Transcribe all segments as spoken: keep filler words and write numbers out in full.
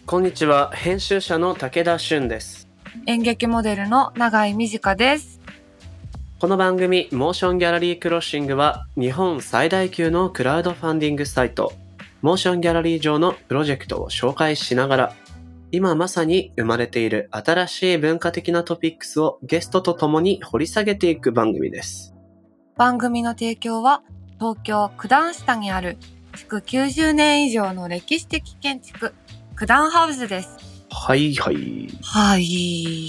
こんにちは、編集者の武田俊です。 演劇モデルの永井美智香です。 この番組モーションギャラリークロッシングは日本最大級のクラウドファンディングサイトモーションギャラリー上のプロジェクトを紹介しながら、今まさに生まれている新しい文化的なトピックスをゲストと共に掘り下げていく番組です。 番組の提供は東京九段下にある築きゅうじゅうねん以上の歴史的建築九段ハウスです。 はいはいはい、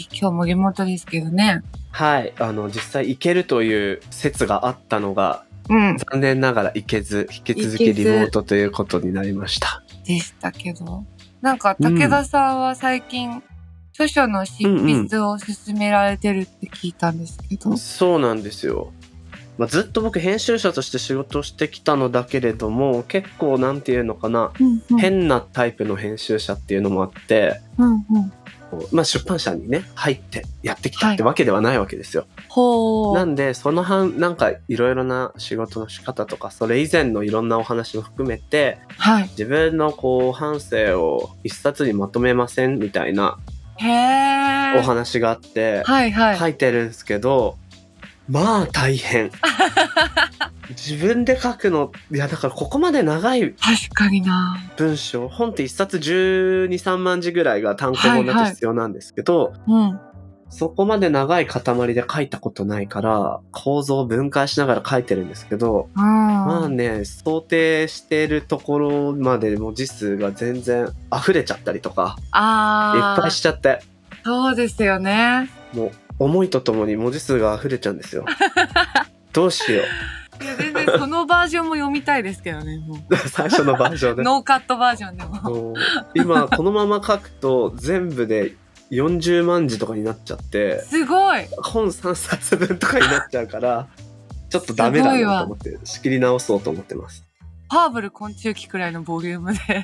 今日もリモートですけどね。 はい、あの実際行けるという説があったのが、 うん、 残念ながら行けず引き続きリモートということになりましたでしたけど、なんか武田さんは最近、うん、著書の執筆を進められてるって聞いたんですけど、 うんうん、そうなんですよ。まあ、ずっと僕編集者として仕事をしてきたのだけれども、結構なんていうのかな、うんうん、変なタイプの編集者っていうのもあって、うんうんまあ、出版社にね入ってやってきたってわけではないわけですよ、はい、ほーなんでその半なんかいろいろな仕事の仕方とかそれ以前のいろんなお話も含めて、はい、自分のこう半生を一冊にまとめませんみたいなお話があって、はいはい、書いてるんですけど、まあ大変自分で書くの、いやだからここまで長い確かにな文章、本って一冊じゅうに、さんまんじぐらいが単行本だと必要なんですけど、はいはいうん、そこまで長い塊で書いたことないから構造を分解しながら書いてるんですけど、まあね想定してるところまで文字数が全然溢れちゃったりとかあいっぱいしちゃって、 そうですよね、 もう思いとともに文字数が溢れちゃうんですよどうしよう。 いや全然そのバージョンも読みたいですけどねもう最初のバージョンねノーカットバージョンでも今このまま書くと全部でよんじゅうまんじとかになっちゃってすごい本さんさつぶんとかになっちゃうからちょっとダメだなと思って仕切り直そうと思ってます。 ハーブル昆虫記くらいのボリュームで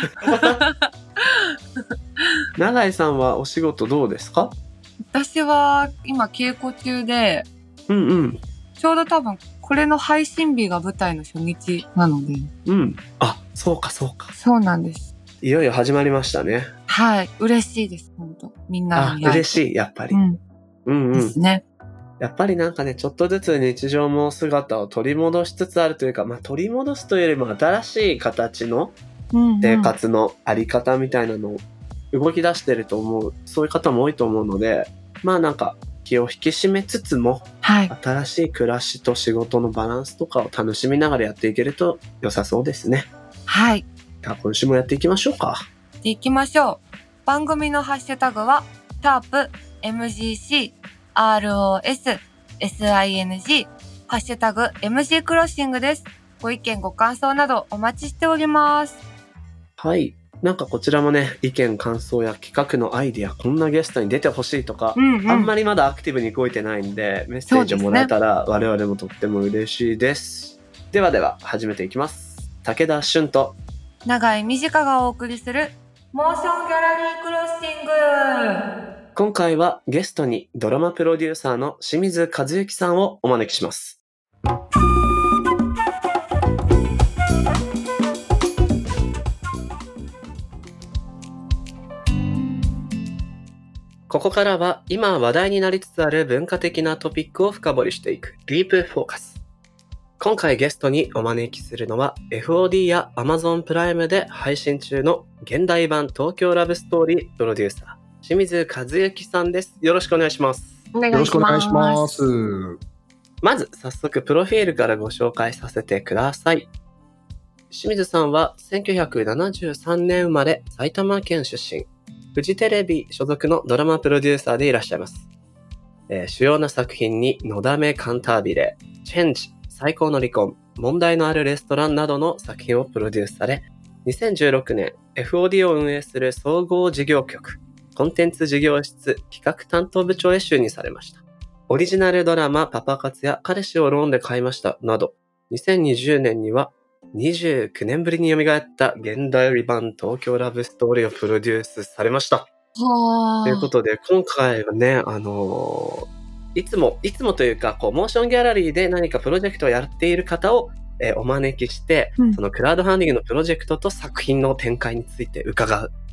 永井さんはお仕事どうですか？ 私は今稽古中で、 うんうん、 ちょうど多分これの配信日が舞台の初日なので、 うん、あ、そうかそうか、 そうなんです。 いよいよ始まりましたね。 はい、嬉しいです本当。みんなにあ、嬉しいやっぱり、うん、うんうんですね。やっぱりなんかねちょっとずつ日常も姿を取り戻しつつあるというか、まあ取り戻すというよりも新しい形の生活のあり方みたいなのを動き出してると思う、そういう方も多いと思うので、まあなんか気を引き締めつつも、はい、新しい暮らしと仕事のバランスとかを楽しみながらやっていけると良さそうですね。 はい。 じゃあ今週もやっていきましょうか。 でいきましょう。番組のハッシュタグはシャープ エムジーシー アールオーエス エスアイエヌジー ハッシュタグ エムジー クロッシングです。ご意見ご感想などお待ちしております。 はい。なんかこちらもね意見感想や企画のアイディア、こんなゲストに出てほしいとか、うんうん、あんまりまだアクティブに動いてないんでメッセージをもらえたら我々もとっても嬉しいです。ではでは始めていきます。武田俊と永井美智香がお送りするモーションギャラリークロッシング。 今回はゲストにドラマプロデューサーの清水和之さんをお招きします。ここからは今話題になりつつある文化的なトピックを深掘りしていくディープフォーカス。今回ゲストにお招きするのは エフオーディー や Amazon プライムで配信中の現代版東京ラブストーリープロデューサー清水和之さんです。よろしくお願いします。 お願いします。よろしくお願いします。 まず早速プロフィールからご紹介させてください。清水さんはせんきゅうひゃくななじゅうさんねん生まれ、埼玉県出身。フジテレビ所属のドラマプロデューサーでいらっしゃいます。えー、主要な作品にのだめカンタービレ、チェンジ、最高の離婚、問題のあるレストランなどの作品をプロデュースされ、にせんじゅうろくねん エフオーディー を運営する総合事業局、コンテンツ事業室企画担当部長へ就任されました。オリジナルドラマパパ活や彼氏をローンで買いましたなど、にせんにじゅうねんにはにじゅうきゅうねんぶりに蘇った現代版東京ラブストーリーをプロデュースされました。はということで今回はね、あのー、いつもいつもというかこうモーションギャラリーで何かプロジェクトをやっている方を、えー、お招きして、うん、そのクラウドファンディングのプロジェクトと作品の展開について伺う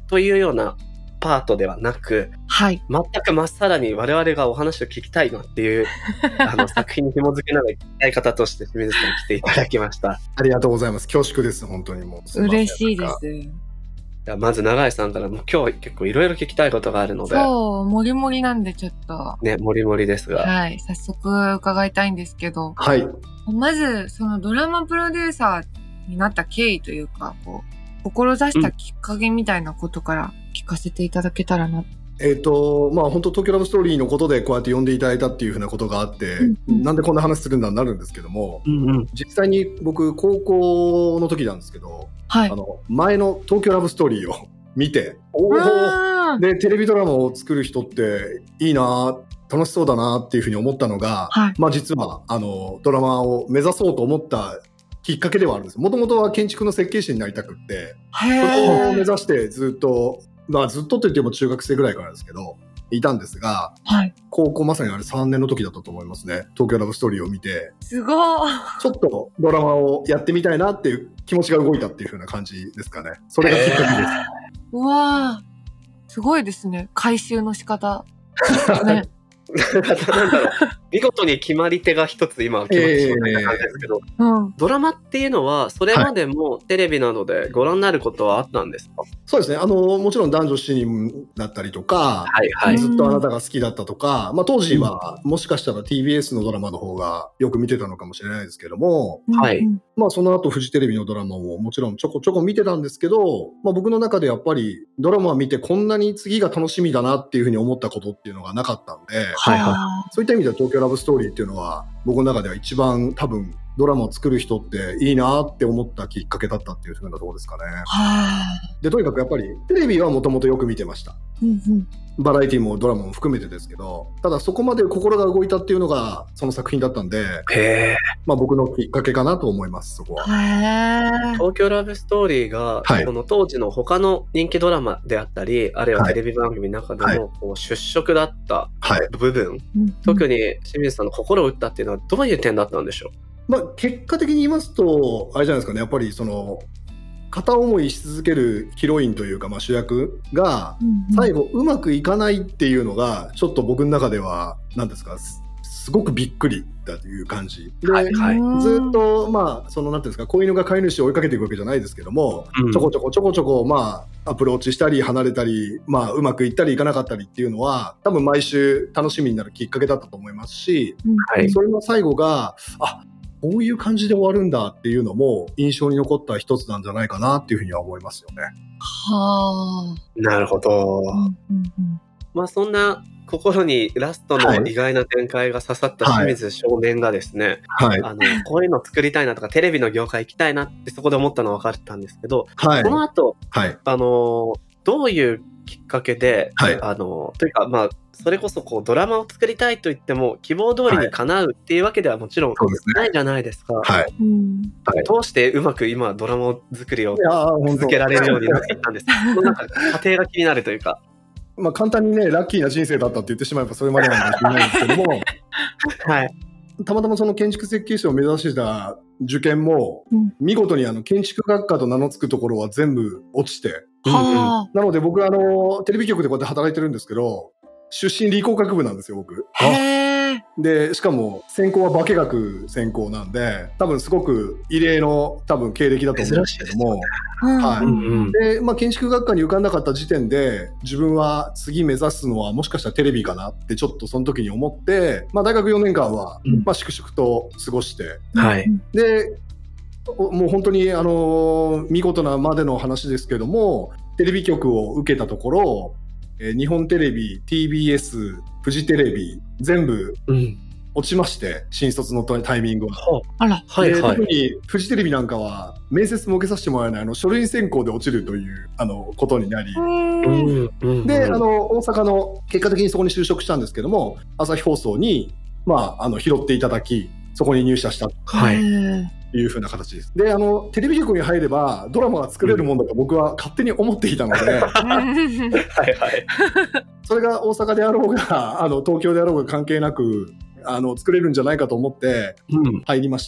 というようなパートではなく、 はい。 全くまっさらに我々がお話を聞きたいなっていうあの作品に紐づけながら聞きたい方として清水さんに来ていただきました。 ありがとうございます。恐縮です。本当にもうすいません。 嬉しいでなんかす。 じゃあまず永井さんからもう今日結構いろいろ聞きたいことがあるので、 そう、もりもりなんでちょっと、 ね、もりもりですが、 はい、早速伺いたいんですけど、 はい。 まず、そのドラマプロデューサーになった経緯というか、こう、志したきっかけみたいなことから聞かせていただけたらな。 えっ、と、まあ本当東京ラブストーリーのことでこうやって呼んでいただいたっていうふうなことがあって、 うんうんなんでこんな話するんだになるんですけども、 うんうん、 実際に僕高校の時なんですけど、 はい。 あの前の東京ラブストーリーを見て、おうおーんでテレビドラマを作る人っていいな、楽しそうだなっていうふうに思ったのが、 はい。 まあ実はあのドラマを目指そうと思ったきっかけではあるんです。もともとは建築の設計士になりたくって、それを目へー。 指してずっと、まあずっとと言っても中学生ぐらいからですけど、いたんですが、 はい。 高校まさにあれさんねんの時だったと思いますね。東京ラブストーリーを見て、 すごい。 ちょっとドラマをやってみたいなっていう気持ちが動いたっていう風な感じですかね。それがきっかけです。 うわー。すごいですね。回収の仕方。ね。 なんだろう、見事に決まり手が一つ今決まってしまった感じですけど、 うん。 ドラマっていうのはそれまでもテレビなどでご覧になることはあったんですか？ そうですね。あの、もちろん男女しちにんだったりとか、 はいはい。 ずっとあなたが好きだったとか、まあ当時はもしかしたら ティービーエス のドラマの方がよく見てたのかもしれないですけども、 はいうんまあその後フジテレビのドラマももちろんちょこちょこ見てたんですけど、まあ僕の中でやっぱりドラマを見てこんなに次が楽しみだなっていうふうに思ったことっていうのがなかったんで、 はいはいはそういった意味では東京ラブストーリーっていうのは僕の中では一番多分ドラマを作る人っていいなって思ったきっかけだったっていうふうなところですかね。 はで、とにかくやっぱりテレビはもともとよく見てました。 ー。うんうん。 バラエティもドラマも含めてですけど、ただそこまで心が動いたっていうのがその作品だったんで、 へー。 まあ僕のきっかけかなと思います、そこは。 へー。 東京ラブストーリーが、 はいこの当時の他の人気ドラマであったり、あるいはテレビ番組の中ではいもこう出色だったはい。 部分、 うん特に清水さんの心を打ったっていうのはどういう点だったんでしょまあ結果的に言いますと、あれじゃないですかね、やっぱりその、片思いし続けるヒロインというか、まあ主役が、最後うまくいかないっていうのがちょっと僕の中では何ですか、すすごくびっくりだという感じで、 はいはいずっとまあそのなんていうんですか、子犬が飼い主を追いかけていくわけじゃないですけども、 うんちょこちょこちょこちょこまあアプローチしたり離れたり、まあうまくいったりいかなかったりっていうのは多分毎週楽しみになるきっかけだったと思いますし、 はいそれの最後があこういう感じで終わるんだっていうのも印象に残った一つなんじゃないかなっていうふうには思いますよね。 はう？なるほど。 ー。うんうんうん。 まあそんな心にラストの意外な展開が刺さった清水少年がですね、 はい。 あのこういうの作りたいなとかテレビの業界行きたいなってそこで思ったのは分かったんですけど、 はいこ。の後はい。 あのどういうきっかけで、 はい。 あのというかまあそれこそこうドラマを作りたいと言っても希望通りに叶うっていうわけではもちろんそうですね。 ないじゃないですか。 はい。 うん。 はい。 どうしてうまく今ドラマ作りをいやー本当続けられるようになっていったんですか？そのなんか過程が気になるというか。 まあ簡単にね、ラッキーな人生だったって言ってしまえばそれまでなんかもしれないんですけども、 はい。 たまたまその建築設計士を目指してた受験も、 うん見事にあの建築学科と名の付くところは全部落ちて、 はなので僕あの、テレビ局でこうやって働いてるんですけど、出身理工学部なんですよ、僕。 ー。へー。 で、しかも専攻は化学専攻なんで、多分すごく異例の多分経歴だと思うんですけども、 うんはいうんうん。 で、まあ、建築学科に受かんなかった時点で自分は次目指すのはもしかしたらテレビかなってちょっとその時に思って、まあ、大学よねんかんは、 うんまあ、粛々と過ごして、 はい。 でおもう本当に、あのー見事なまでの話ですけども、テレビ局を受けたところ、えー日本テレビ、ティービーエス、フジテレビ全部うん。 落ちまして、新卒のタイミングは。 はあら。 はいはいで特。にフジテレビなんかは面接も受けさせてもらえないあの書類選考で落ちるというあのことになり、 うんうん。 であの大阪の結果的にそこに就職したんですけども、朝日放送に、まあ、あの拾っていただき、そこに入社したとはい。 いう風な形です。であのテレビ局に入ればドラマが作れるもんだと僕は勝手に思っていたので、 はいはい。 それが大阪であろうがあの東京であろうが関係なくあの作れるんじゃないかと思ってうん。 入りまして、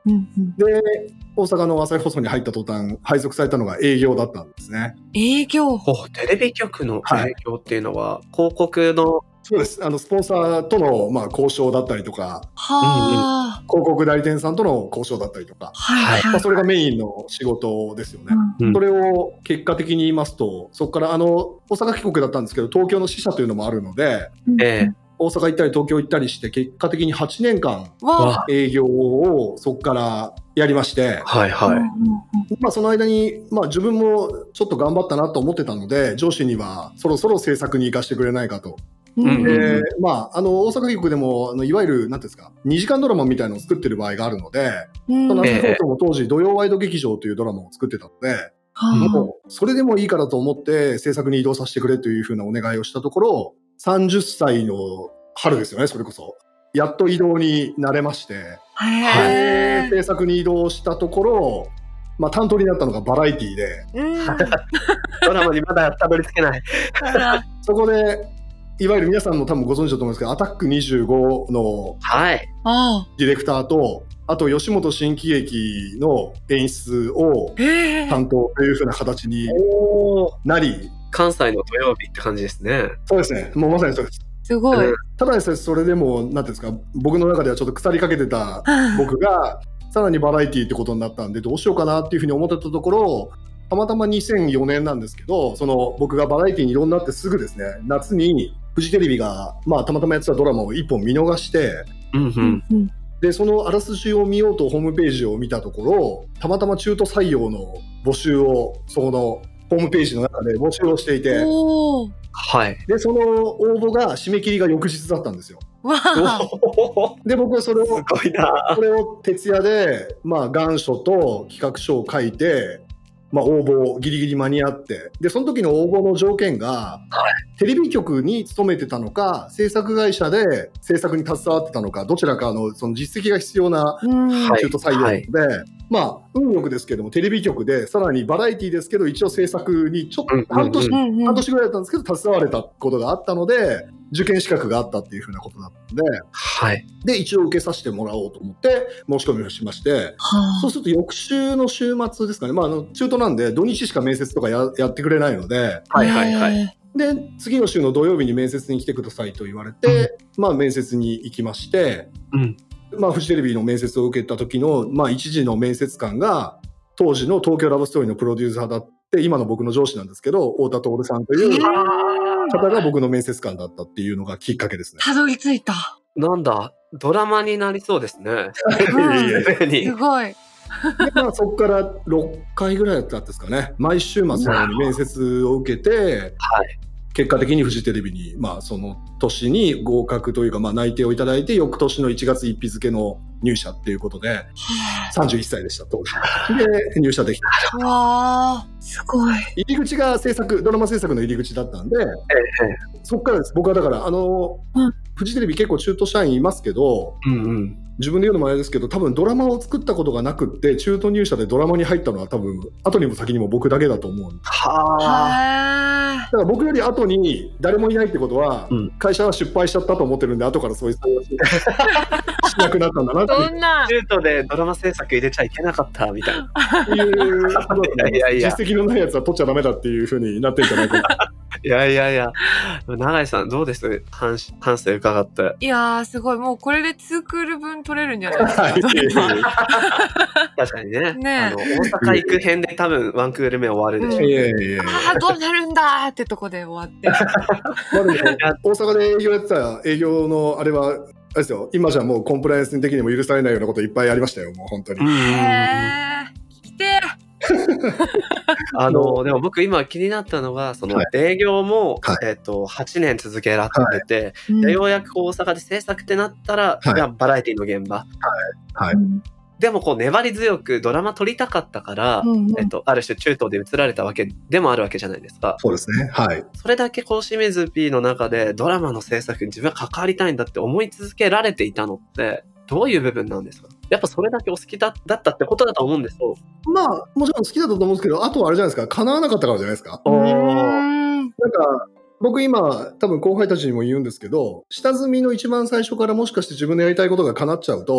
うんうんで、大阪の朝日放送に入った途端、配属されたのが営業だったんですね。 営業。 おテレビ局の営業っていうのは、広告の、 そうです。あの、スポンサーとの、まあ、交渉だったりとか、 はあ。 広告代理店さんとの交渉だったりとか、 はいはい。 まあ、それがメインの仕事ですよね。 うんうんそれを結果的に言いますと、そこからあの、大阪帰国だったんですけど、東京の支社というのもあるので、 うんええ大阪行ったり東京行ったりして、結果的にはちねんかんわあ。 営業をそこからやりまして、 はいはい。 うんうんまあその間に、まあ自分もちょっと頑張ったなと思ってたので、上司にはそろそろ制作に行かせてくれないかと。 うんうんで、まあ、あの、大阪局でも、あのいわゆる、なんていうんですか、にじかんドラマみたいなのを作ってる場合があるので、 うんそのええ朝日放送も当時、土曜ワイド劇場というドラマを作ってたので、 はあもう、それでもいいからと思って制作に移動させてくれというふうなお願いをしたところ、さんじゅっさいの春ですよね、それこそ。やっと移動になれまして、 へえ。 制作に移動したところ、まあ、担当になったのがバラエティーで、 うん。 ドラマにまだたどり着けない。 あら。 そこで、いわゆる皆さんも多分ご存知だと思うんですけど、アタックにじゅうごのはい。 あディレクターと、あと吉本新喜劇の演出をあ。へえ。 担当というふうな形におーなり、 関西の土曜日って感じですね。 そうですね、もうまさにそうです。 すごい。 ただですね、それでも、なんていうんですか、僕の中ではちょっと腐りかけてた僕が、さらにバラエティーってことになったんで、どうしようかなっていうふうに思ってたところ、たまたまにせんよねんなんですけど、その僕がバラエティーに異動になってすぐですね、夏にフジテレビが、まあ、たまたまやってたドラマをいっぽん見逃して、 うんう。 うんんで、そのあらすじを見ようとホームページを見たところ、たまたま中途採用の募集を、そこのホームページの中で募集をしていて、 おお。 はい。 で、その応募が締め切りが翌日だったんですよ。 わあ。 おーで、僕はそれをすごいな。 これを徹夜で、まあ、願書と企画書を書いて、まあ、応募ギリギリ間に合って、で、その時の応募の条件が、テレビ局に勤めてたのか、制作会社で制作に携わってたのか、どちらかのその実績が必要なうん。 はい中途採用なので、まあ、運よくですけども、テレビ局で、さらにバラエティですけど、一応制作にちょっうんうんうんと半年、 うんうん。 半年ぐらいだったんですけど、携われたことがあったので、受験資格があったっていうふうなことだったので、 はい。 で、一応受けさせてもらおうと思って申し込みをしまして、 はそうすると翌週の週末ですかね、まあ、あの中途なんで土日しか面接とか や, やってくれないので、 あ。 はいはいはい。 い。 で、次の週の土曜日に面接に来てくださいと言われて、まあ面接に行きまして、 うん。 まあフジテレビの面接を受けた時の、まあ一時の面接官が、当時の東京ラブストーリーのプロデューサーだって、今の僕の上司なんですけど、太田徹さんという方が僕の面接官だったっていうのがきっかけですね。 たどり着いた。 なんだ、ドラマになりそうですね。 うんいやいやいやすでにすごい。 で、まあ、そこからろっかいぐらいだったんですかね。毎週末のように面接を受けて、 はい。 結果的にフジテレビに、まあ、その年に合格というか、まあ、内定をいただいて、翌年のいちがつついたち付の入社っていうことで、さんじゅういっさいでした、当時。で、入社できた。 うわあ。すごい。 入り口が制作、ドラマ制作の入り口だったんで、 ええそこからです。僕はだから、あの、 うんフジテレビ結構中途社員いますけど、 うんうん。 自分で言うのもあれですけど、多分ドラマを作ったことがなくって、中途入社でドラマに入ったのは多分、後にも先にも僕だけだと思うんで。 はあ。 はだから僕より後に誰もいないってことは、 うん会社は失敗しちゃったと思ってるんで、後からそういう対応ししなくなったんだなってそんな。 中途でドラマ制作入れちゃいけなかったみたいな。 いう、 いやいやいや実績のないやつは取っちゃダメだっていう風になってるんじゃないかな。 いやいやいや。永井さんどうです半半生伺って。 いやー、すごい。もうこれでツークール分取れるんじゃないですはいか。 確かにね。 ねえあの、大阪行く編で多分ワンクール目終わるでしょう。 いやいやいやいや。 ああ、どうなるんだーってとこで終わって。 まあでも大阪で営業やってた営業のあれは、あれですよ、今じゃもうコンプライアンス的にも許されないようなこといっぱいありましたよ、もう本当に。 うんうんうんへー。聞きてあの、でも僕今気になったのが、そのはい営業も、 はえっと、はちねん続けられてて、 ー。 でようやく大阪で制作ってなったら、 はいいやバラエティの現場。 はい。 でもこう粘り強くドラマ撮りたかったから、 うんうんえっと、ある種中東で移られたわけでもあるわけじゃないですか。 そうですね。はい。 それだけこう清水 P の中でドラマの制作に自分は関わりたいんだって思い続けられていたのってどういう部分なんですか？やっぱそれだけお好きだだったってことだと思うんですよ。 まあ、もちろん好きだったと思うんですけど、あとはあれじゃないですか、叶わなかったからじゃないですか。 うーん。 なんか、僕今、多分後輩たちにも言うんですけど、下積みの一番最初からもしかして自分のやりたいことが叶っちゃうと、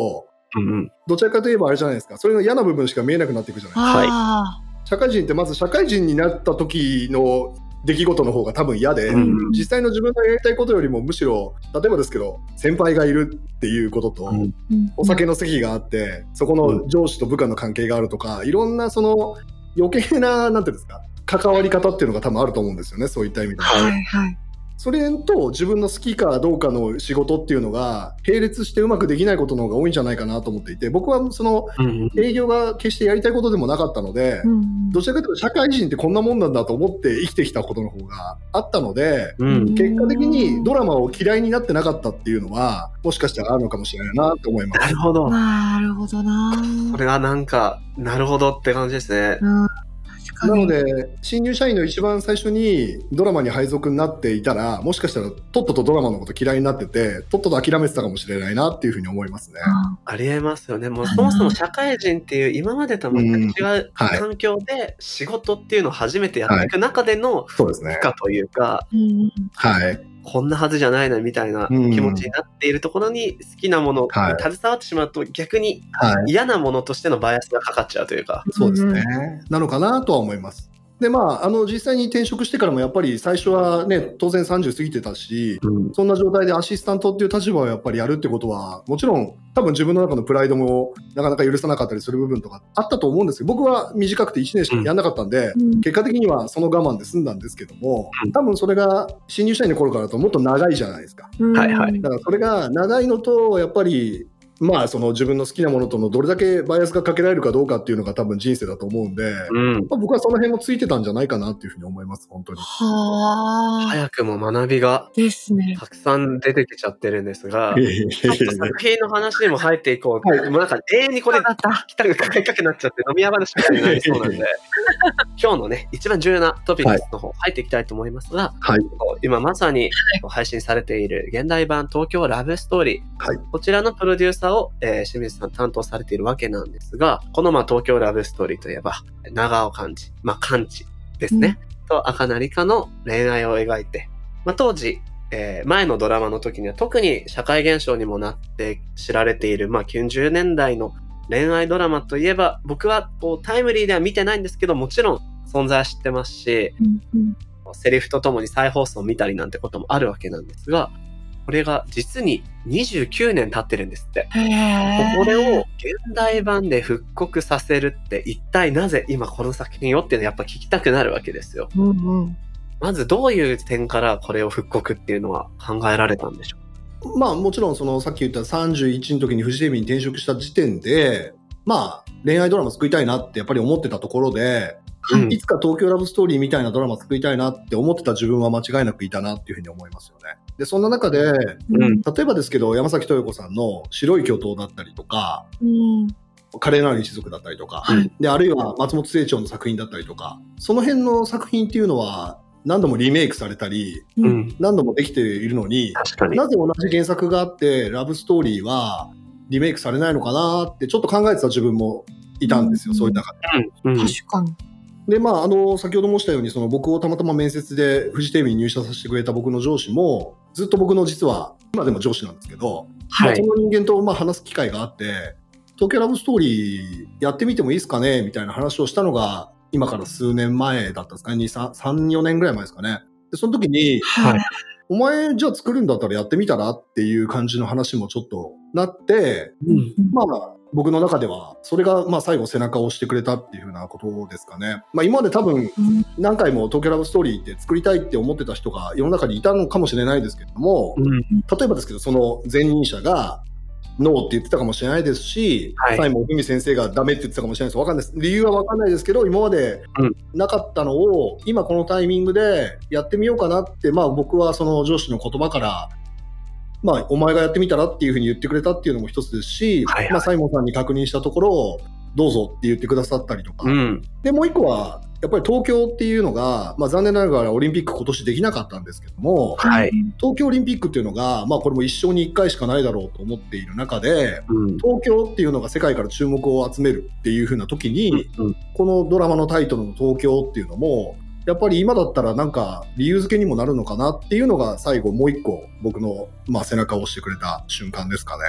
うんうん。 どちらかといえばあれじゃないですか、それの嫌な部分しか見えなくなっていくじゃないですか。 はいあ社会人ってまず社会人になった時の出来事の方が多分嫌で、 うん実際の自分がやりたいことよりもむしろ、例えばですけど先輩がいるっていうことと、 うんーうんお酒の席があってそこの上司と部下の関係があるとか、いろんなその余計ななんていうんですか、関わり方っていうのが多分あると思うんですよね、そういった意味で。 はいはいはい。 それと自分の好きかどうかの仕事っていうのが並列してうまくできないことの方が多いんじゃないかなと思っていて、僕はそのうんうん。 営業が決してやりたいことでもなかったので、 うんどちらかというと社会人ってこんなもんなんだと思って生きてきたことの方があったので、 うん結果的にドラマを嫌いになってなかったっていうのはもしかしたらあるのかもしれないなと思います。 なるほど。 なるほどな。 これはなんか、なるほどって感じですね。 うん、確かに。 なので新入社員の一番最初にドラマに配属になっていたら、もしかしたらとっととドラマのこと嫌いになっててとっとと諦めてたかもしれないなっていうふうに思いますね。 あありえますよね。もうそもそも社会人っていう今までとは全く違うはい環境で仕事っていうのを初めてやっていく中でのそうですね負荷というか、 うんはいこんなはずじゃないなみたいな気持ちになっているところに好きなものにはい携わってしまうと逆にはい嫌なものとしてのバイアスがかかっちゃうというか。 そうですね、なのかなとは思います。でまあ、あの実際に転職してからもやっぱり最初はね当然さんじゅう過ぎてたし、 うんそんな状態でアシスタントっていう立場をやっぱりやるってことはもちろん多分自分の中のプライドもなかなか許さなかったりする部分とかあったと思うんですけど、僕は短くていちねんしかやんなかったんで、 うん結果的にはその我慢で済んだんですけども、 うん多分それが新入社員の頃からだともっと長いじゃないですか。 うんはいはいだからそれが長いのとやっぱりまあその自分の好きなものとのどれだけバイアスがかけられるかどうかっていうのが多分人生だと思うんで、 うん。 まあ、僕はその辺もついてたんじゃないかなっていうふうに思います本当に。 はあ。 早くも学びがですね。 たくさん出てきちゃってるんですが、 いえいえいえいえちょっと作品の話にも入っていこう。 はいもうなんか永遠にこれそうだった。 来たらかかりかけになっちゃって飲み屋話みたいになりそうなんで、今日のね、一番重要なトピックスの方入っていきたいと思いますが、 はい今まさに配信されている現代版東京ラブストーリー、 はいこちらのプロデューサーを、えー清水さん担当されているわけなんですが、このまあ東京ラブストーリーといえば、長尾寛治、まあ寛治ですね、と赤成香の恋愛を描いて、まあ当時、えー前のドラマの時には特に社会現象にもなって知られている、まあきゅうじゅうねんだいの恋愛ドラマといえば、僕はこうタイムリーでは見てないんですけど、もちろん存在は知ってますし、 うんうんセリフとともに再放送を見たりなんてこともあるわけなんですが、これが実ににじゅうきゅうねん経ってるんですって。 へえ。 これを現代版で復刻させるって一体なぜ今この作品をっていうのをやっぱ聞きたくなるわけですよ。 うんうん。 まずどういう点からこれを復刻っていうのは考えられたんでしょまあもちろんそのさっき言ったさんじゅういちの時にフジテレビに転職した時点でまあ恋愛ドラマ作りたいなってやっぱり思ってたところで、 う、うんいつか東京ラブストーリーみたいなドラマ作りたいなって思ってた自分は間違いなくいたなっていうふうに思いますよね。でそんな中でうん例えばですけど山崎豊子さんの白い巨塔だったりとかうん。 華麗なる一族だったりとか、 はいであるいは松本清張の作品だったりとか、その辺の作品っていうのは何度もリメイクされたりう。 うんん、 何度もできているのに、 確かに。 なぜ同じ原作があってラブストーリーはリメイクされないのかなってちょっと考えてた自分もいたんですよ、 うんそういう中で。 うん、うん、 確かに。 でまあ、あの先ほど申したようにその僕をたまたま面接でフジテレビに入社させてくれた僕の上司もずっと僕の実は今でも上司なんですけど、まはいあそ。の人間とまあ話す機会があって東京ラブストーリーやってみてもいいですかねみたいな話をしたのが今から数年前だったんですかね、さん、よねんぐらい前ですかね。でその時にはいお前じゃあ作るんだったらやってみたらっていう感じの話もちょっとなって、 うんまあ僕の中ではそれがまあ最後背中を押してくれたっていう風なことですかね。まあ今まで多分うん何回も東京ラブストーリーって作りたいって思ってた人が世の中にいたのかもしれないですけども、 うん、 例えばですけどその前任者がノーって言ってたかもしれないですし、 はい西門文先生がダメって言ってたかもしれないです。わかんないです。理由はわかんないですけど、今までなかったのを今このタイミングでやってみようかなって、まあ僕はその上司の言葉からまあお前がやってみたらっていうふうに言ってくれたっていうのも一つですし、 はいはいまあ西門さんに確認したところどうぞって言ってくださったりとか、 うん、 でもう一個はやっぱり東京っていうのが、まあ、残念ながらオリンピック今年できなかったんですけども、 はい。 東京オリンピックっていうのが、まあ、これも一生に一回しかないだろうと思っている中で、 うん、 東京っていうのが世界から注目を集めるっていう風な時に、 うん、 このドラマのタイトルの東京っていうのもやっぱり今だったらなんか理由付けにもなるのかなっていうのが最後もう一個僕の、まあ、背中を押してくれた瞬間ですかね。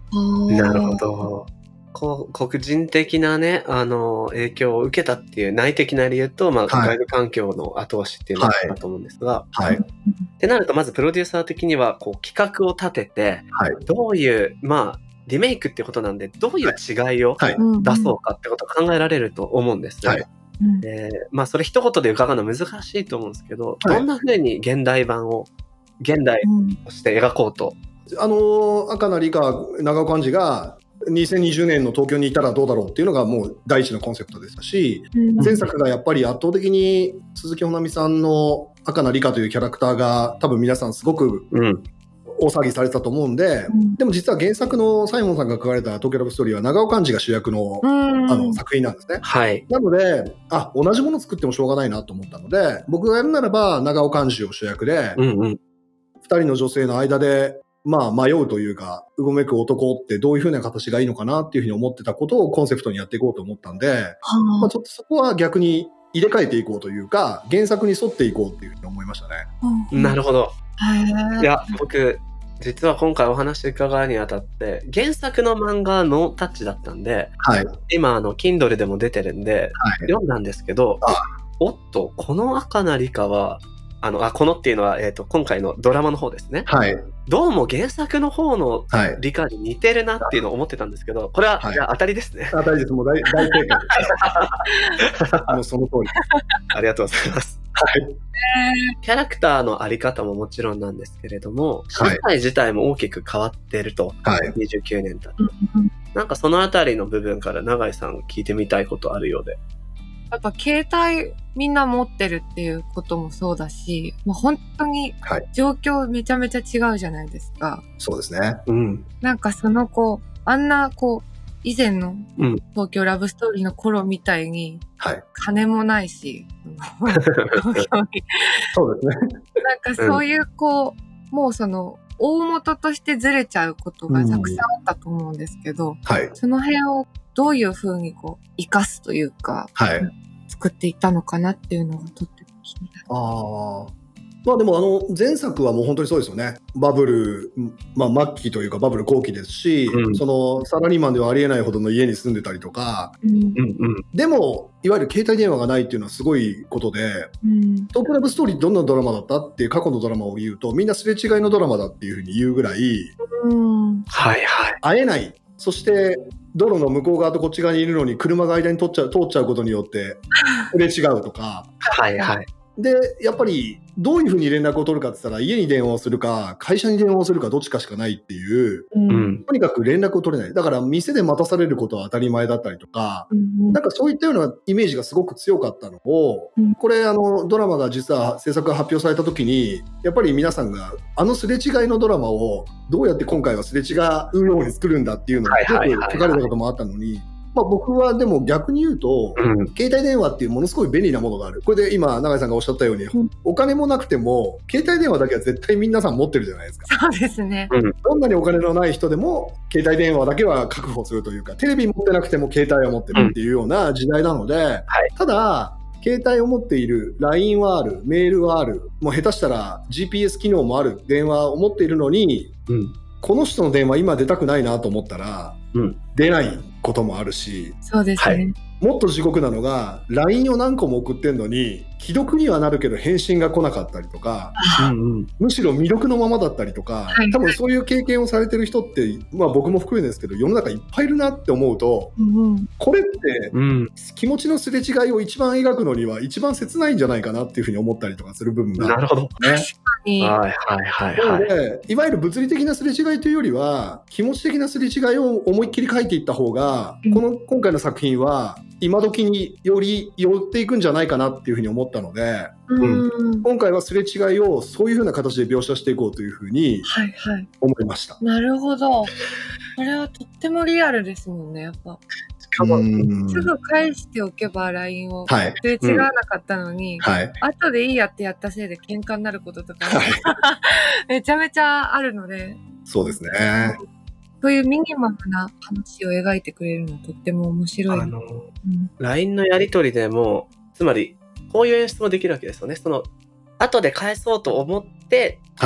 なるほど。こう黒人的なね、あの、影響を受けたっていう内的な理由と、まあ、 はい外部環境の後押しっていうのがあったと思うんですが、 はい。 ってなると、まずプロデューサー的には、こう、企画を立てて、 はい。 どういう、まあ、リメイクってことなんで、どういう違いをはい。 出そうかってことを考えられると思うんですよ。 はいうんで、まあ、それ一言で伺うの難しいと思うんですけど、 はいどんな風に現代版を、現代うんとして描こうと。 あの、赤名理香、長尾幹二が、にせんにじゅうねんの東京にいたらどうだろうっていうのがもう第一のコンセプトでしたし、 うん前作がやっぱり圧倒的に鈴木保奈美さんの赤名理香というキャラクターが多分皆さんすごくうん。 大騒ぎされてたと思うんで、 うんでも実は原作のサイモンさんが書かれた東京ラブストーリーは長尾幹二が主役の,、 うんあの作品なんですね。 はい。 なので、あ、同じもの作ってもしょうがないなと思ったので、僕がやるならば長尾幹二を主役で、 うんうん。 ふたりの女性の間で、まあ迷うというか、うごめく男ってどういう風な形がいいのかなっていうふうに思ってたことをコンセプトにやっていこうと思ったんで、まはあ、ちょっとそこは逆に入れ替えていこうというか、原作に沿っていこうっていうふうに思いましたね。 あなるほど。 へーいや、僕、実は今回お話伺うにあたって、原作の漫画のタッチだったんで、 はい。 今、あの、Kindle でも出てるんで、 はい。 読んだんですけどあ、 おっと、この赤名理香は、あの、あ、このっていうのは、えっと、今回のドラマの方ですね。 はい。 どうも原作の方のはい。 理科に似てるなっていうのを思ってたんですけど、これは、 はいいや当たりですね。 あ、大事です。もう大大正解です。もうその通り。 ありがとうございます。 はい。 キャラクターのあり方ももちろんなんですけれども、社はい会自体も大きく変わっていると、 はい。 にじゅうきゅうねん経って。 うんなんかそのあたりの部分から永井さん聞いてみたいことあるようで。 やっぱ携帯みんな持ってるっていうこともそうだし、もう本当にはい状況めちゃめちゃ違うじゃないですか。 そうですね。 うん。 なんかその子、あんなこう、以前のうん東京ラブストーリーの頃みたいに、 はい。 金もないし、東京にそうですね。 なんかそういうこう、もうその大元としてずれちゃうことがたくさんあったと思うんですけど、 はい。 その辺をどういう風にこう、活かすというか、 はい。 作っていったのかなっていうのがとっても気になる。 ああ。まあでもあの前作はもう本当にそうですよね。バブル、まあ末期というかバブル後期ですし、 うんそのサラリーマンではありえないほどの家に住んでたりとか、 うんうんうん。 でもいわゆる携帯電話がないっていうのはすごいことで、 うん東京ラブストーリーどんなドラマだったっていう過去のドラマを言うと、みんなすれ違いのドラマだっていうふうに言うぐらい、 うんはいはい。 会えない。そして道路の向こう側とこっち側にいるのに車が間に通っちゃう、通っちゃうことによってすれ違うとか。 はいはい。 で、やっぱりどういうふうに連絡を取るかって言ったら、家に電話をするか、会社に電話をするかどっちかしかないっていう、 ううんん。 とにかく連絡を取れない。だから店で待たされることは当たり前だったりとか、 うんなんかそういったようなイメージがすごく強かったのを、 うんこれあのドラマが実は制作が発表された時に、やっぱり皆さんがあのすれ違いのドラマをどうやって今回はすれ違うように作るんだっていうのがはいよくはいはいはい書かれたこともあったのに、まあ、僕はでも逆に言うと、 うん。 携帯電話っていうものすごい便利なものがある。これで今永井さんがおっしゃったように、 うんお金もなくても携帯電話だけは絶対皆さん持ってるじゃないですか。 そうですね。 どんなにお金のない人でも携帯電話だけは確保するというか、テレビ持ってなくても携帯を持ってるっていうような時代なので、ただ携帯を持っている ライン はある、メールはある、もう下手したら ジーピーエス 機能もある電話を持っているのに、 うん。 この人の電話今出たくないなと思ったら、 うん出ないこともあるし、 そうですね。 もっと地獄なのが ライン を何個も送ってんのに既読にはなるけど返信が来なかったりとか、 うんうん。 むしろ未読のままだったりとか、 はい多分そういう経験をされてる人って、まあ、僕も含めですけど世の中いっぱいいるなって思うと、 うんうんこれってうん。 気持ちのすれ違いを一番描くのには一番切ないんじゃないかなっていうふうに思ったりとかする部分がなるほど。 ね。 にはいはいはいなのはい。 で、いわゆる物理的なすれ違いというよりは、気持ち的なすれ違いを思いっきり書いていった方が、 うんこの今回の作品は今時により寄っていくんじゃないかなっていうふうに思ったので、 うん今回はすれ違いをそういうふうな形で描写していこうというふうにはいはい。 思いました。 なるほど。これはとってもリアルですもんね、やっぱ。 しかも、 うんすぐ返しておけば ライン を。 はい。 すれ違わなかったのに、 はい。 後でいいやってやったせいで喧嘩になることとか、 はい。 めちゃめちゃあるので、 そうですね。 そういうミニマムな話を描いてくれるのはとっても面白い。 あの、 うん、 ライン のやり取りでも、つまり、こういう演出もできるわけですよね。その、後で返そうと思って、 はい。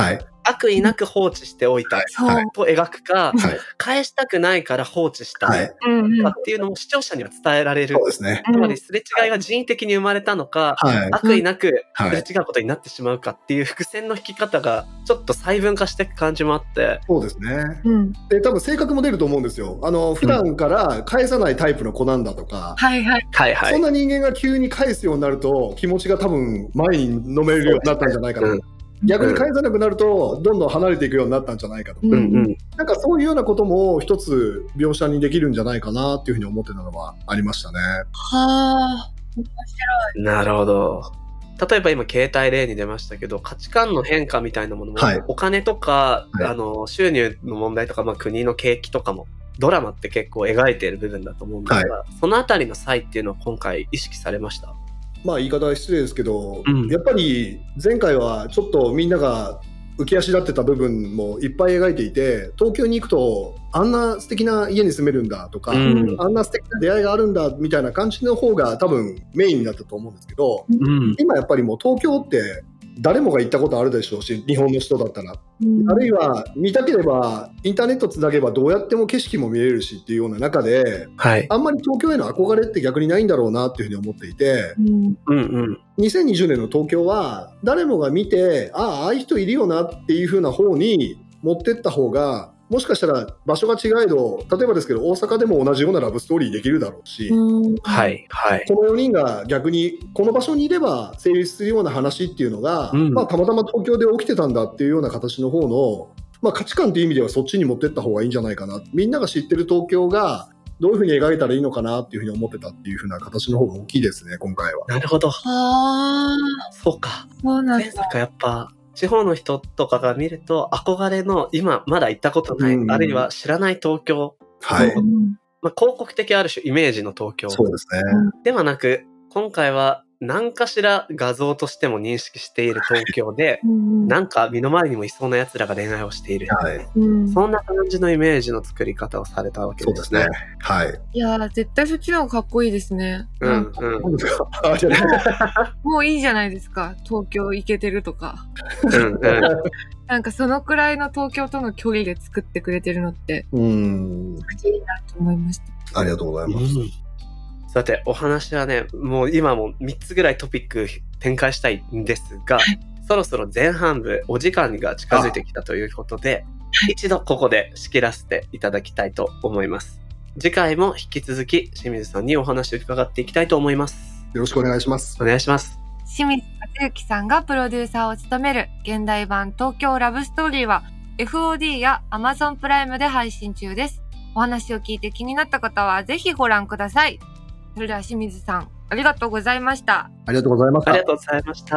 悪意なく放置しておいたそう。 はいと描くか、 はい。 返したくないから放置したかはい。 うんうん。 っていうのも視聴者には伝えられるそう。ですね。 つまりすれ違いが人為的に生まれたのか、 はい。 悪意なくはいすれ違うことになってしまうかっていう伏線の引き方がちょっと細分化していく感じもあって、 そうですね。 うん。 で、多分性格も出ると思うんですよ。あの、普段から返さないタイプの子なんだとか、 はいはい。 はいはい。 そんな人間が急に返すようになると、気持ちが多分前に飲めるようになったんじゃないかな。 うん逆に返さなくなると、どんどん離れていくようになったんじゃないかと。 うんうんうん。 なんかそういうようなことも一つ描写にできるんじゃないかなっていうふうに思ってたのはありましたね。 はあ。面白い。 なるほど。例えば今携帯例に出ましたけど、価値観の変化みたいなものも、 はいお金とか、 はいあの収入の問題とか、まあ、国の景気とかもドラマって結構描いている部分だと思うんですが、そのあたりの差異っていうのは今回意識されました？ まあ言い方は失礼ですけど、 うんやっぱり前回はちょっとみんなが浮き足立ってた部分もいっぱい描いていて、東京に行くとあんな素敵な家に住めるんだとか、 うんあんな素敵な出会いがあるんだみたいな感じの方が多分メインになったと思うんですけど、 うん今やっぱりもう東京って誰もが行ったことあるでしょうし、日本の人だったら、あるいは見たければインターネットつなげばどうやっても景色も見れるしっていうような中で、 はい。 あんまり東京への憧れって逆にないんだろうなっていうふうに思っていて、 うん。 うんうん。 にせんにじゅうねんの東京は誰もが見て、ああああいう人いるよなっていう風な方に持ってった方が、もしかしたら場所が違えど、例えばですけど大阪でも同じようなラブストーリーできるだろうし、 うん。 はいはい。 このよにんが逆にこの場所にいれば成立するような話っていうのが、 うんまあ、たまたま東京で起きてたんだっていうような形の方の、まあ、価値観という意味ではそっちに持ってった方がいいんじゃないかな。みんなが知ってる東京がどういうふうに描いたらいいのかなっていうふうに思ってたっていうふうな形の方が大きいですね、今回は。 なるほど。 はあ。 そうか。 そうなんだ。 前作やっぱ地方の人とかが見ると憧れの今まだ行ったことない、 うんあるいは知らない東京、 はい。 うん。 まあ、広告的ある種イメージの東京そうですね。 ではなく、今回は何かしら画像としても認識している東京で、 うん。 なんか身の回りにもいそうな奴らが恋愛をしている。 はい。 うん。 そんな感じのイメージの作り方をされたわけでね。 そうですすね。はい。 いやー、絶対そっちの方がかっこいいですね。 うんなんかうん何ですか？あ、じゃあもういいじゃないですか。東京行けてるとか。 うんうん。 なんかそのくらいの東京との距離で作ってくれてるのって、 うーん。 いいなと思いました。 ありがとうございます。 さて、お話はね、もう今もみっつぐらいトピック展開したいんですが、そろそろ前半部、お時間が近づいてきたということで、一度ここで仕切らせていただきたいと思います。次回も引き続き清水さんにお話を伺っていきたいと思います。 よろしくお願いします。 お願いします。 清水克之さんがプロデューサーを務める現代版東京ラブストーリーは エフオーディー や Amazon プライムで配信中です。お話を聞いて気になった方はぜひご覧ください。それでは清水さん、ありがとうございました。 ありがとうございました。 ありがとうございました。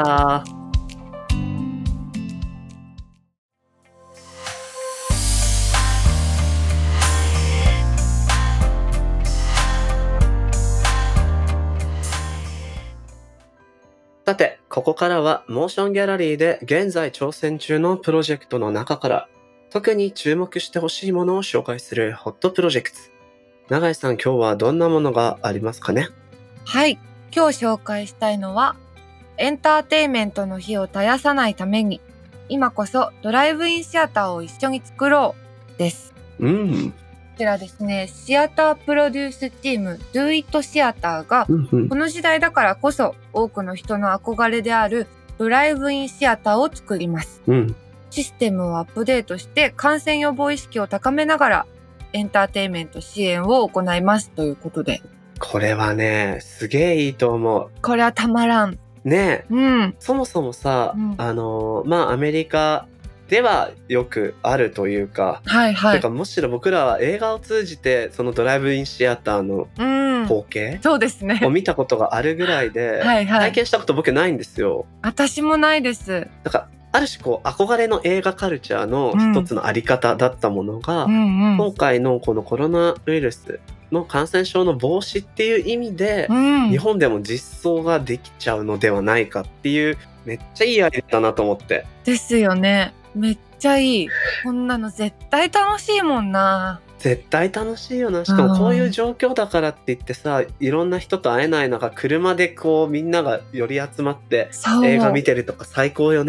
さて、ここからはモーションギャラリーで現在挑戦中のプロジェクトの中から特に注目してほしいものを紹介するホットプロジェクト。永井さん、今日はどんなものがありますかね？ はい、今日紹介したいのはエンターテインメントの火を絶やさないために今こそドライブインシアターを一緒に作ろうです。 うん。 こちらですね、シアタープロデュースチーム Do It シアターがうんうんこの時代だからこそ多くの人の憧れであるドライブインシアターを作ります。 うん。 システムをアップデートして感染予防意識を高めながらエンターテインメント支援を行いますということで。 これはね、すげえいいと思う。 これはたまらん。 ねえ、 うん。 そもそもさ、 うんあのーまあアメリカではよくあるというか、 はいはい。 てかむしろ僕らは映画を通じてそのドライブインシアターのうん。 光景そうですね。 を見たことがあるぐらいで、 はいはい体験したこと僕ないんですよ。 私もないです。 だからある種こう憧れの映画カルチャーの一つのあり方だったものが、 うんうん。 今回のこのコロナウイルスの感染症の防止っていう意味で、 うん。 日本でも実装ができちゃうのではないかっていうめっちゃいいアイデアだなと思って。 ですよね。めっちゃいい。こんなの絶対楽しいもんな。 絶対楽しいよな。しかもこういう状況だからって言ってさ、いろんな人と会えない中、車でこうみんなが寄り集まってそう。 映画見てるとか最高よね。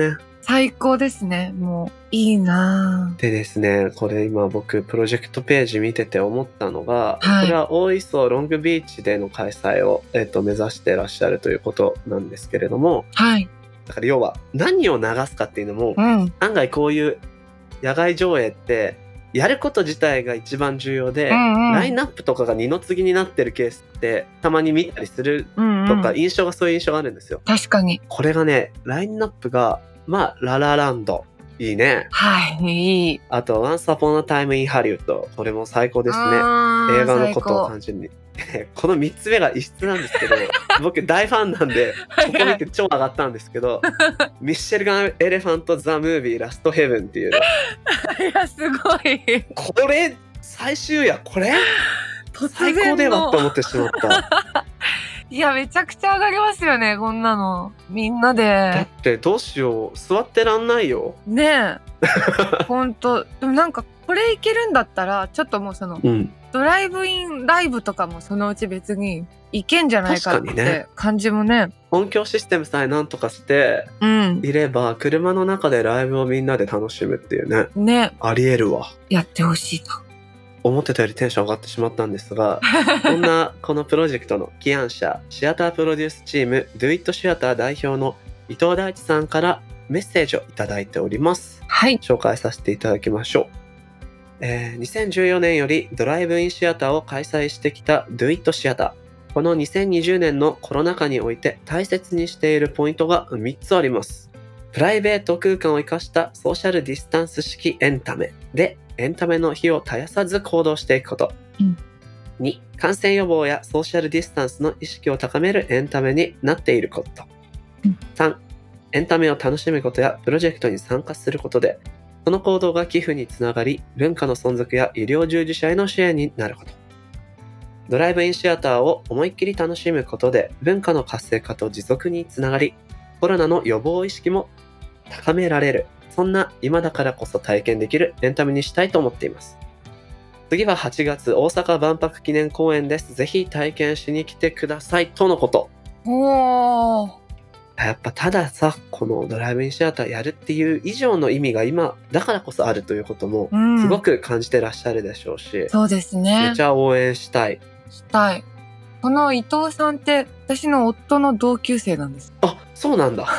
最高ですね。もう、いいなぁ。 でですね、これ今僕プロジェクトページ見てて思ったのが、 はいこれは大磯ロングビーチでの開催を、えっと、目指してらっしゃるということなんですけれども、 はい。 だから要は何を流すかっていうのも、 うん。 案外こういう野外上映ってやること自体が一番重要で、 うんうんラインナップとかが二の次になってるケースってたまに見たりするうん、 とか、 うん。 印象がそういう印象があるんですよ。 確かに。 これがね、ラインナップがまあララランドいいね。 はい、いい。 あと Once Upon a Time in Hollywood、これも最高ですね。 あー映画のことを最感じるに。このみっつめが異質なんですけど、僕大ファンなんで、ここ見て超上がったんですけど、ミッシェルガン・エレファント・ザ・ムービー・ラスト・ヘブンっていうの。 高。いや、すごい。 これ、最終夜、これ最高ではって思ってしまった。 いや、めちゃくちゃ上がりますよね、こんなの。みんなだっで。 てどうしよう、座ってらんないよ。 ねえ。ほんと。でもなんか、これいけるんだったら、ちょっともうその、 うん。 ドライブインライブとかもそのうち別にいけんじゃないかっ確かにねて感じもね。 音響システムさえなんとかしてうん。 いれば、車の中でライブをみんなで楽しむっていうね。 ね。 ありえるわ。 やってほしいと。 思ってたよりテンション上がってしまったんですが、そんなこのプロジェクトの起案者、シアタープロデュースチーム Do It シアター代表の伊藤大地さんからメッセージをいただいております。 はい。 紹介させていただきましょう。えーにせんじゅうよねんよりドライブインシアターを開催してきた Do It シアター。このにせんにじゅうねんのコロナ禍において大切にしているポイントがみっつあります。プライベート空間を生かしたソーシャルディスタンス式エンタメで、エンタメの火を絶やさず行動していくこと。 うん、 に、感染予防やソーシャルディスタンスの意識を高めるエンタメになっていること。 うん、 さん、エンタメを楽しむことやプロジェクトに参加することで、その行動が寄付につながり、文化の存続や医療従事者への支援になること。ドライブインシアターを思いっきり楽しむことで、文化の活性化と持続につながり、コロナの予防意識も高められる。そんな今だからこそ体験できるエンタメにしたいと思っています。次ははちがつ大阪万博記念公演です。ぜひ体験しに来てください。とのこと。 おー。 やっぱたださ、このドライブインシアターやるっていう以上の意味が今だからこそあるということもうんすごく感じてらっしゃるでしょうし、 そうですね。 めちゃ応援したい。 したい。この伊藤さんって私の夫の同級生なんです。 あ、そうなんだ。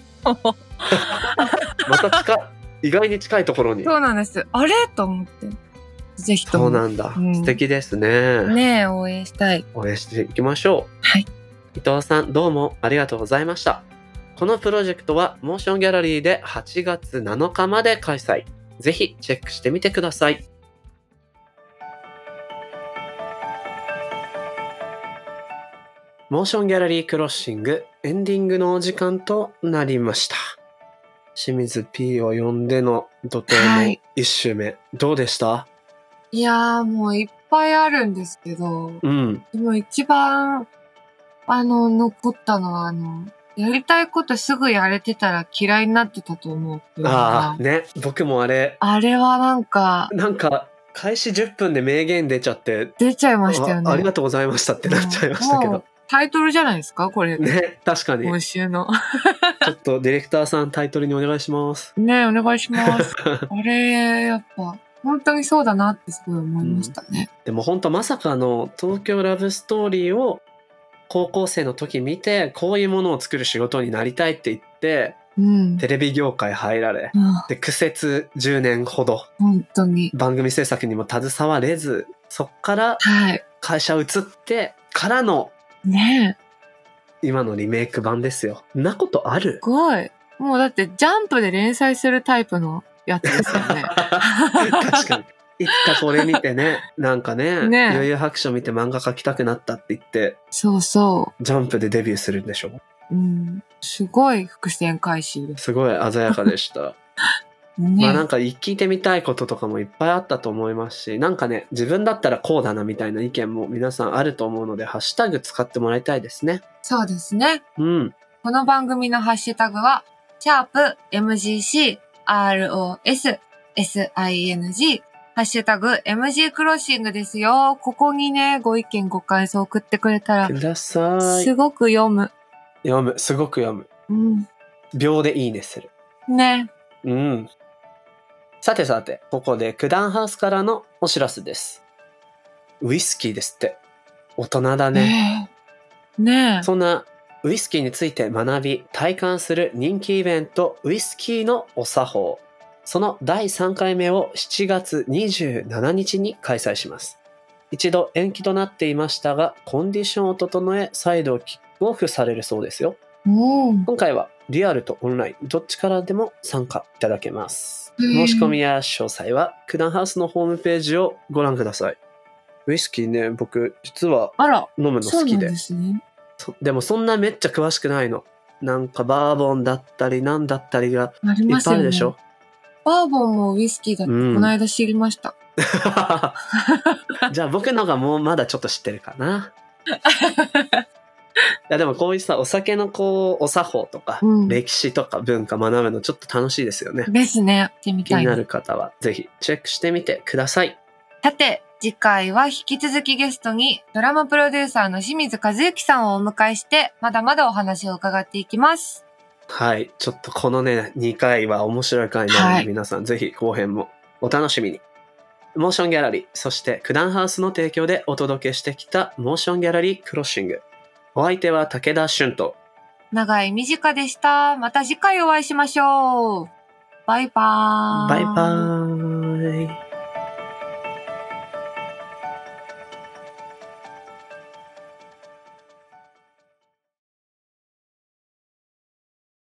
また近い、意外に近いところに。 そうなんです。あれと思って。ぜひとも。 そうなんだ。 うん素敵ですね。 ねえ、応援したい。 応援していきましょう。 はい。 伊藤さん、どうもありがとうございました。このプロジェクトはモーションギャラリーではちがつなのかまで開催。ぜひチェックしてみてください。モーションギャラリークロッシングエンディングのお時間となりました。清水 P を呼んでの怒涛の一周目、はい、どうでした？ いやーもういっぱいあるんですけど、 うん。 でも一番あの残ったのはあのやりたいことすぐやれてたら嫌いになってたと思うっていうのが。 ああね、僕もあれ。 あれはなんかなんか開始じゅっぷんで名言出ちゃって出ちゃいましたよね。 あ, ありがとうございましたってなっちゃいましたけど。 タイトルじゃないですかこれ。 ね、確かに。 今週の。 ちょっとディレクターさんタイトルにお願いします。 ねお願いします。あれ、やっぱ、本当にそうだなってすごい思いましたね。 うん、でも本当まさかの東京ラブストーリーを高校生の時見て、こういうものを作る仕事になりたいって言って、うん、テレビ業界入られ、うん、で、苦節じゅうねんほど。 本当に。 番組制作にも携われず、そっから会社移ってからの、 ねえ。今のリメイク版ですよ。んなことある？ すごい。もうだってジャンプで連載するタイプのやつですよね。 確かに。いつかこれ見てね、なんかね、 ね余裕白書見て漫画描きたくなったって言って、 そうそう。 ジャンプでデビューするんでしょ？ うん。すごい伏線回収です。 すごい鮮やかでした。ね、まあなんか聞いてみたいこととかもいっぱいあったと思いますし、なんかね、自分だったらこうだなみたいな意見も皆さんあると思うので、ハッシュタグ使ってもらいたいですね。 そうですね。 うん。 この番組のハッシュタグは、シャープ エムジーシー アールオーエス エスアイエヌジー ハッシュタグ エムジー クロッシングですよ。ここにね、ご意見ご感想送ってくれたら、 ください。 すごく読む。 読む。すごく読む。 うん。 秒でいいねする。 ね。 うん。さてさて、ここで九段ハウスからのお知らせです。ウイスキーですって。大人だね。 えー、ねえ。 そんなウイスキーについて学び、体感する人気イベント、ウイスキーのお作法。そのだいさんかいめをしちがつにじゅうしちにちに開催します。一度延期となっていましたが、コンディションを整え、再度キックオフされるそうですよ。今回はリアルとオンライン、どっちからでも参加いただけます。申し込みや詳細は、九段ハウスのホームページをご覧ください。ウイスキーね、僕、実は飲むの好きで。 そうなんですね。 でもそんなめっちゃ詳しくないの。なんかバーボンだったりなんだったりがいっぱいあるでしょ。 バーボンもウイスキーだってこの間知りました。 うん、じゃあ僕のがもうまだちょっと知ってるかな。いやでもこういうさ、お酒のこうお作法とか、うん、歴史とか文化学ぶのちょっと楽しいですよね。 ですね。気になる方はぜひチェックしてみてください。 さて、次回は引き続きゲストにドラマプロデューサーの清水和之さんをお迎えしてまだまだお話を伺っていきます。 はい、ちょっとこのねにかいは面白い回なので、はい、皆さんぜひ後編もお楽しみに。モーションギャラリー、そして九段ハウスの提供でお届けしてきたモーションギャラリークロッシング。お相手は武田俊と永井美智香でした。また次回お会いしましょう。バイバーイ。 バイバーイ。